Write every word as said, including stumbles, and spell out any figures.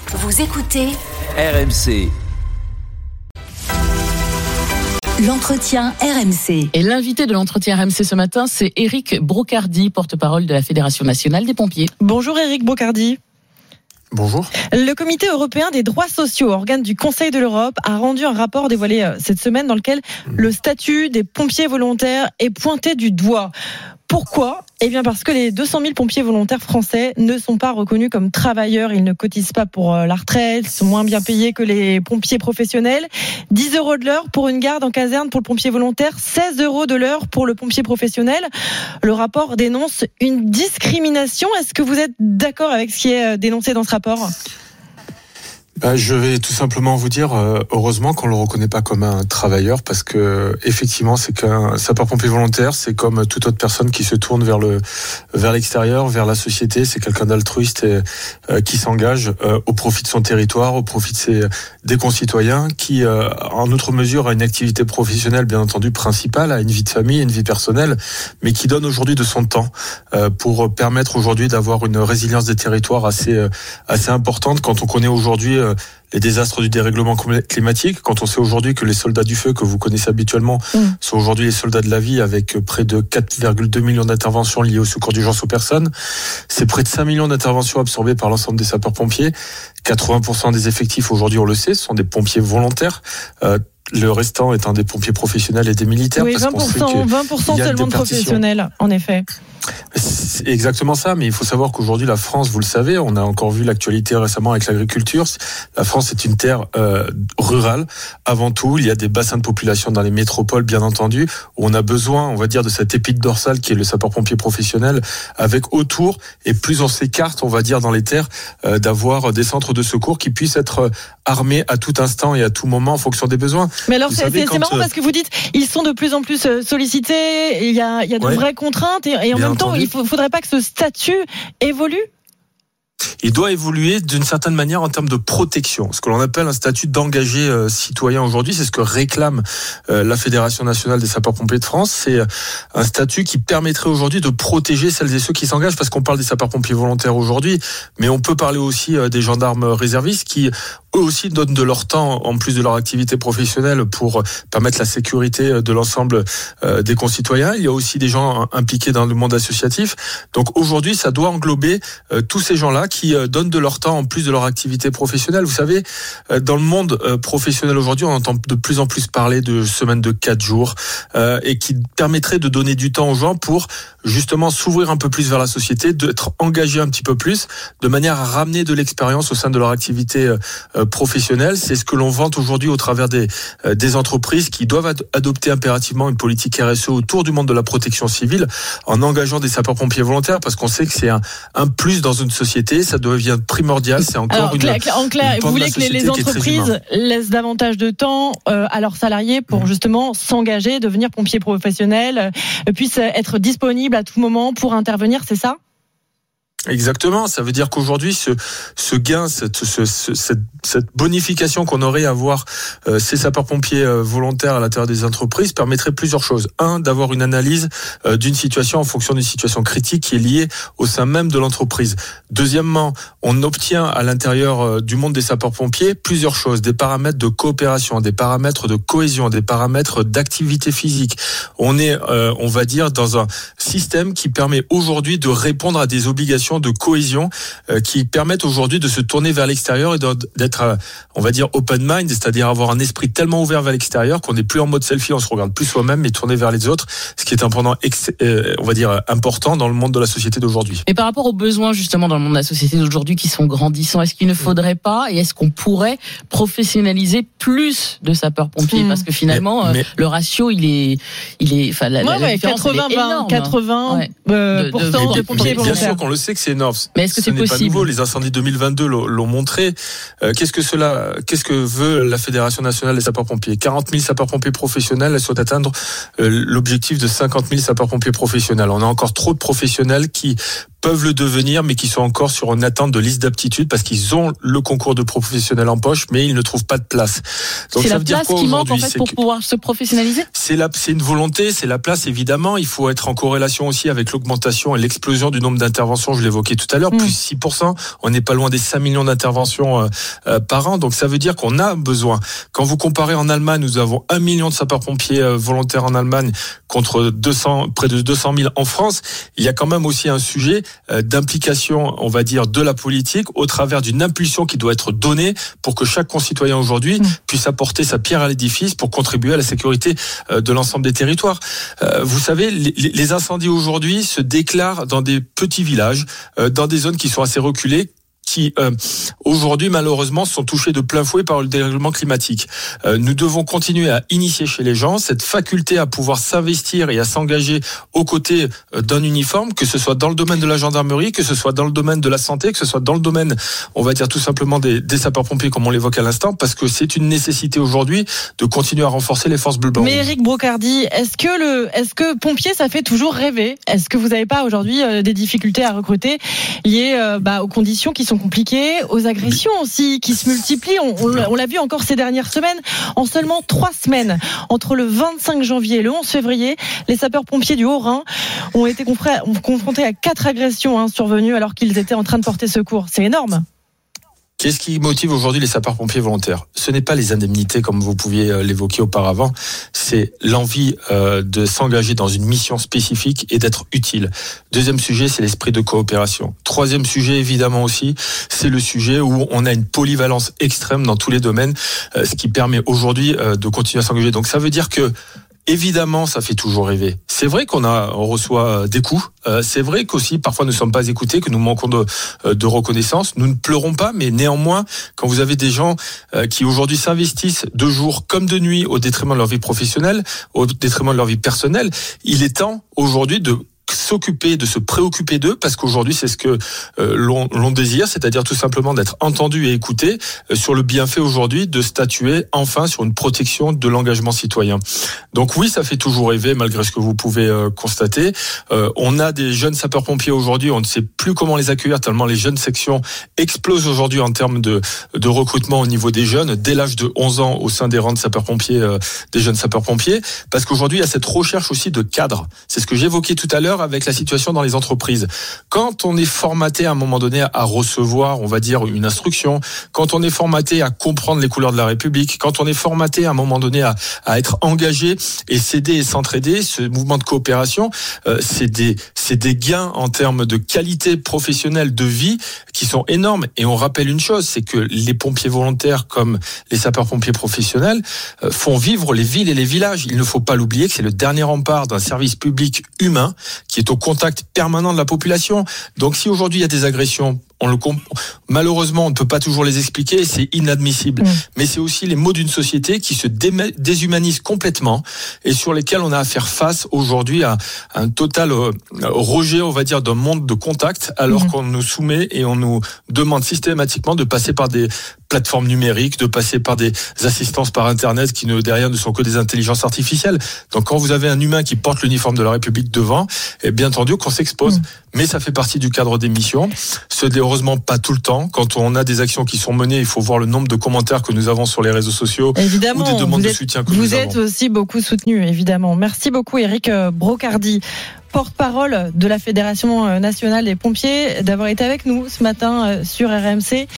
Vous écoutez R M C. L'entretien R M C. Et l'invité de l'entretien R M C ce matin, c'est Éric Brocardi, porte-parole de la Fédération nationale des pompiers. Bonjour Éric Brocardi. Bonjour. Le Comité européen des droits sociaux, organe du Conseil de l'Europe, a rendu un rapport dévoilé cette semaine dans lequel le statut des pompiers volontaires est pointé du doigt. Pourquoi ? Eh bien parce que les deux cent mille pompiers volontaires français ne sont pas reconnus comme travailleurs. Ils ne cotisent pas pour la retraite, ils sont moins bien payés que les pompiers professionnels. dix euros de l'heure pour une garde en caserne pour le pompier volontaire, seize euros de l'heure pour le pompier professionnel. Le rapport dénonce une discrimination. Est-ce que vous êtes d'accord avec ce qui est dénoncé dans ce rapport ? Bah, je vais tout simplement vous dire, euh, heureusement qu'on le reconnaît pas comme un travailleur, parce que effectivement, c'est qu'un sapeur-pompier volontaire, c'est comme toute autre personne qui se tourne vers le vers l'extérieur, vers la société. C'est quelqu'un d'altruiste et euh, qui s'engage euh, au profit de son territoire, au profit de ses des concitoyens, qui euh, en outre mesure a une activité professionnelle, bien entendu principale, a une vie de famille, une vie personnelle, mais qui donne aujourd'hui de son temps euh, pour permettre aujourd'hui d'avoir une résilience des territoires assez euh, assez importante. Quand on connaît aujourd'hui euh, les désastres du dérèglement climatique, quand on sait aujourd'hui que les soldats du feu que vous connaissez habituellement mmh. sont aujourd'hui les soldats de la vie, avec près de quatre virgule deux millions d'interventions liées au secours d'urgence aux personnes, c'est près de cinq millions d'interventions absorbées par l'ensemble des sapeurs-pompiers. quatre-vingts pour cent des effectifs aujourd'hui, on le sait, sont des pompiers volontaires. Euh, le restant étant des pompiers professionnels et des militaires. Oui, parce vingt pour cent, qu'on sait que vingt pour cent seulement de professionnels, en effet. C'est exactement ça, mais il faut savoir qu'aujourd'hui la France, vous le savez, on a encore vu l'actualité récemment avec l'agriculture. La France est une terre euh, rurale avant tout. Il y a des bassins de population dans les métropoles, bien entendu, où on a besoin, on va dire, de cette épine dorsale qui est le sapeur-pompier professionnel, avec autour, et plus on s'écarte, on va dire, dans les terres, euh, d'avoir des centres de secours qui puissent être armés à tout instant et à tout moment en fonction des besoins. Mais alors vous c'est, savez, c'est, quand, c'est marrant parce que vous dites ils sont de plus en plus sollicités, il y a, il y a de ouais, vraies contraintes et, et en même temps, il ne faudrait pas que ce statut évolue ? Il doit évoluer d'une certaine manière en termes de protection. Ce que l'on appelle un statut d'engagé euh, citoyen aujourd'hui, c'est ce que réclame euh, la Fédération nationale des sapeurs-pompiers de France. C'est un statut qui permettrait aujourd'hui de protéger celles et ceux qui s'engagent, parce qu'on parle des sapeurs-pompiers volontaires aujourd'hui, mais on peut parler aussi euh, des gendarmes réservistes qui eux aussi donnent de leur temps en plus de leur activité professionnelle pour permettre la sécurité de l'ensemble euh, des concitoyens. Il y a aussi des gens impliqués dans le monde associatif. Donc aujourd'hui, ça doit englober euh, tous ces gens-là qui euh, donnent de leur temps en plus de leur activité professionnelle. Vous savez, euh, dans le monde euh, professionnel aujourd'hui, on entend de plus en plus parler de semaines de quatre jours euh, et qui permettrait de donner du temps aux gens pour justement s'ouvrir un peu plus vers la société, d'être engagés un petit peu plus, de manière à ramener de l'expérience au sein de leur activité euh, professionnelle. C'est ce que l'on vante aujourd'hui au travers des, euh, des entreprises qui doivent ad- adopter impérativement une politique R S E autour du monde de la protection civile en engageant des sapeurs-pompiers volontaires, parce qu'on sait que c'est un, un plus dans une société, ça devient primordial, c'est encore Alors, une... Claire, en clair, une vous voulez que les, les entreprises laissent davantage de temps euh, à leurs salariés pour mmh. justement s'engager, devenir pompiers professionnels, euh, puissent être disponibles à tout moment pour intervenir, c'est ça ? Exactement, ça veut dire qu'aujourd'hui ce ce gain, cette ce, ce, cette, cette bonification qu'on aurait à avoir euh, ces sapeurs-pompiers euh, volontaires à l'intérieur des entreprises permettrait plusieurs choses. Un, d'avoir une analyse euh, d'une situation en fonction d'une situation critique qui est liée au sein même de l'entreprise. Deuxièmement, on obtient à l'intérieur euh, du monde des sapeurs-pompiers plusieurs choses, des paramètres de coopération, des paramètres de cohésion, des paramètres d'activité physique. On est euh, on va dire dans un système qui permet aujourd'hui de répondre à des obligations de cohésion euh, qui permettent aujourd'hui de se tourner vers l'extérieur et d'être, euh, on va dire, open mind, c'est-à-dire avoir un esprit tellement ouvert vers l'extérieur qu'on n'est plus en mode selfie, on se regarde plus soi-même, mais tourner vers les autres, ce qui est un pendant, ex- euh, on va dire, important dans le monde de la société d'aujourd'hui. Et par rapport aux besoins justement dans le monde de la société d'aujourd'hui qui sont grandissants, est-ce qu'il ne faudrait pas et est-ce qu'on pourrait professionnaliser plus de sapeurs-pompiers ? mmh. Parce que finalement, mais, mais... le ratio, il est, il est, enfin, la, ouais, la ouais, différence, quatre-vingts, elle est énorme. quatre-vingts ouais. euh, de, pour de, cent de, de pompiers volontaires. Bien sûr qu'on le sait que c'est énorme. Mais est-ce que Ce c'est n'est possible ? pas nouveau. Les incendies deux mille vingt-deux l'ont, l'ont montré. Euh, qu'est-ce que cela, qu'est-ce que veut la Fédération nationale des sapeurs-pompiers ? quarante mille sapeurs-pompiers professionnels, elles souhaitent atteindre euh, l'objectif de cinquante mille sapeurs-pompiers professionnels. On a encore trop de professionnels qui peuvent le devenir, mais qui sont encore sur une attente de liste d'aptitude parce qu'ils ont le concours de professionnel en poche, mais ils ne trouvent pas de place. Donc, c'est ça la veut place dire quoi, qui manque en fait pour que... pouvoir se professionnaliser. C'est la, c'est une volonté, c'est la place évidemment. Il faut être en corrélation aussi avec l'augmentation et l'explosion du nombre d'interventions. Je l'évoquais tout à l'heure, mmh. plus six pour cent. On n'est pas loin des cinq millions d'interventions euh, euh, par an. Donc ça veut dire qu'on a besoin. Quand vous comparez en Allemagne, nous avons un million de sapeurs-pompiers euh, volontaires en Allemagne contre deux cents, près de deux cent mille en France. Il y a quand même aussi un sujet d'implication, on va dire, de la politique au travers d'une impulsion qui doit être donnée pour que chaque concitoyen aujourd'hui puisse apporter sa pierre à l'édifice pour contribuer à la sécurité de l'ensemble des territoires. Vous savez, les incendies aujourd'hui se déclarent dans des petits villages, dans des zones qui sont assez reculées, qui euh, aujourd'hui malheureusement sont touchés de plein fouet par le dérèglement climatique. Euh, nous devons continuer à initier chez les gens cette faculté à pouvoir s'investir et à s'engager aux côtés d'un uniforme, que ce soit dans le domaine de la gendarmerie, que ce soit dans le domaine de la santé, que ce soit dans le domaine, on va dire tout simplement des, des sapeurs-pompiers comme on l'évoque à l'instant, parce que c'est une nécessité aujourd'hui de continuer à renforcer les forces bleu blanc. Mais Éric Brocardi, est-ce que le, est-ce que pompier ça fait toujours rêver ? Est-ce que vous n'avez pas aujourd'hui euh, des difficultés à recruter liées euh, bah, aux conditions qui sont compliqué, aux agressions aussi qui se multiplient. On, on, on l'a vu encore ces dernières semaines. En seulement trois semaines, entre le vingt-cinq janvier et le onze février, les sapeurs-pompiers du Haut-Rhin ont été confrontés à quatre agressions hein, survenues alors qu'ils étaient en train de porter secours. C'est énorme. Qu'est-ce qui motive aujourd'hui les sapeurs-pompiers volontaires ? Ce n'est pas les indemnités comme vous pouviez l'évoquer auparavant, c'est l'envie euh, de s'engager dans une mission spécifique et d'être utile. Deuxième sujet, c'est l'esprit de coopération. Troisième sujet, évidemment aussi, c'est le sujet où on a une polyvalence extrême dans tous les domaines, euh, ce qui permet aujourd'hui euh, de continuer à s'engager. Donc ça veut dire que évidemment, ça fait toujours rêver. C'est vrai qu'on a, on reçoit des coups. Euh, c'est vrai qu'aussi, parfois, nous ne sommes pas écoutés, que nous manquons de, de reconnaissance. Nous ne pleurons pas, mais néanmoins, quand vous avez des gens euh, qui aujourd'hui s'investissent de jour comme de nuit au détriment de leur vie professionnelle, au détriment de leur vie personnelle, il est temps aujourd'hui de s'occuper, de se préoccuper d'eux, parce qu'aujourd'hui c'est ce que euh, l'on, l'on désire, c'est-à-dire tout simplement d'être entendu et écouté euh, sur le bienfait aujourd'hui de statuer enfin sur une protection de l'engagement citoyen. Donc oui, ça fait toujours rêver malgré ce que vous pouvez euh, constater. Euh, on a des jeunes sapeurs-pompiers aujourd'hui, on ne sait plus comment les accueillir tellement les jeunes sections explosent aujourd'hui en termes de, de recrutement au niveau des jeunes, dès l'âge de onze ans au sein des rangs de sapeurs-pompiers, euh, des jeunes sapeurs-pompiers, parce qu'aujourd'hui il y a cette recherche aussi de cadres. C'est ce que j'évoquais tout à l'heure avec la situation dans les entreprises. Quand on est formaté à un moment donné à recevoir, on va dire, une instruction, quand on est formaté à comprendre les couleurs de la République, quand on est formaté à un moment donné à, à être engagé et s'aider et s'entraider, ce mouvement de coopération, euh, c'est des, c'est des gains en termes de qualité professionnelle de vie qui sont énormes. Et on rappelle une chose, c'est que les pompiers volontaires comme les sapeurs-pompiers professionnels euh, font vivre les villes et les villages. Il ne faut pas l'oublier que c'est le dernier rempart d'un service public humain qui est au contact permanent de la population. Donc si aujourd'hui il y a des agressions, on le comp... malheureusement on ne peut pas toujours les expliquer, c'est inadmissible. Mmh. Mais c'est aussi les maux d'une société qui se dé... déshumanisent complètement et sur lesquels on a à faire face aujourd'hui à un total euh, rejet, on va dire, d'un monde de contact, alors mmh. qu'on nous soumet et on nous demande systématiquement de passer par des plateformes numériques, de passer par des assistances par Internet qui ne, derrière ne sont que des intelligences artificielles. Donc quand vous avez un humain qui porte l'uniforme de la République devant, et bien entendu qu'on s'expose. Mmh. Mais ça fait partie du cadre des missions. Ce n'est heureusement pas tout le temps. Quand on a des actions qui sont menées, il faut voir le nombre de commentaires que nous avons sur les réseaux sociaux évidemment, ou des demandes êtes, de soutien que vous nous avons. Vous êtes aussi beaucoup soutenu, évidemment. Merci beaucoup Éric Brocardi, porte-parole de la Fédération nationale des pompiers, d'avoir été avec nous ce matin sur R M C.